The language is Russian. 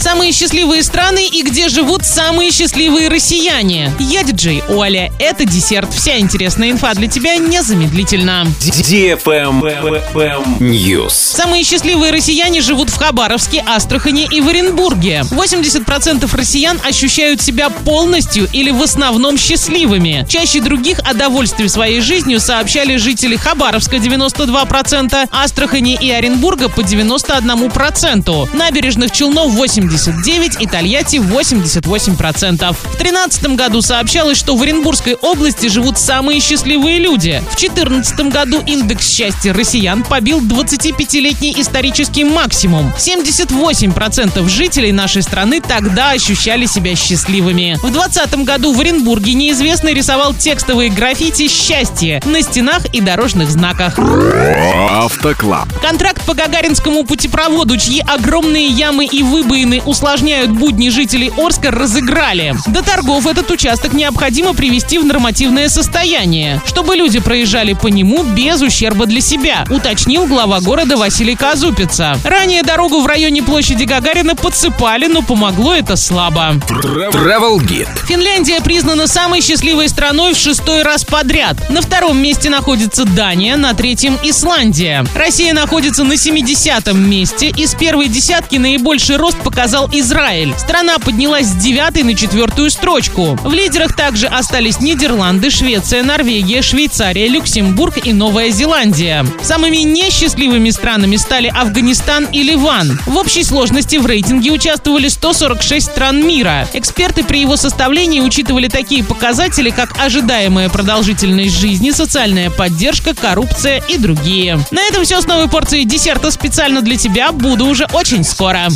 Самые счастливые страны и где живут самые счастливые россияне. Я диджей Оля. Это десерт. Вся интересная инфа для тебя незамедлительно. News. Самые счастливые россияне живут в Хабаровске, Астрахани и в Оренбурге. 80% россиян ощущают себя полностью или в основном счастливыми. Чаще других о довольстве своей жизнью сообщали жители Хабаровска 92%, Астрахани и Оренбурга по 91%, Набережных Челнов 89% и Тольятти 88%. В 2013 году сообщалось, что в Оренбургской области живут самые счастливые люди. В 2014 году индекс счастья россиян побил 25-летний исторический максимум. 78% жителей нашей страны тогда ощущали себя счастливыми. В 2020 году в Оренбурге неизвестный рисовал текстовые граффити «Счастье» на стенах и дорожных знаках. Автоклаб. Контракт по Гагаринскому путепроводу, чьи огромные ямы и выбоины усложняют будни жителей Орска, разыграли. До торгов этот участок необходимо привести в нормативное состояние, чтобы люди проезжали по нему без ущерба для себя, уточнил глава города Василий Казупица. Ранее дорогу в районе площади Гагарина подсыпали, но помогло это слабо. Travel Guide. Финляндия признана самой счастливой страной в 6-й раз подряд. На 2-м месте находится Дания, на 3-м Исландия. Россия находится на 70-м месте. Из первой десятки наибольший рост показал Израиль. Страна поднялась с 9-й на 4-ю строчку. В лидерах также остались Нидерланды, Швеция, Норвегия, Швейцария, Люксембург и Новая Зеландия. Самыми несчастливыми странами стали Афганистан и Ливан. В общей сложности в рейтинге участвовали 146 стран мира. Эксперты при его составлении учитывали такие показатели, как ожидаемая продолжительность жизни, социальная поддержка, коррупция и другие. На этом все с новой порцией десерта специально для тебя. Буду уже очень скоро.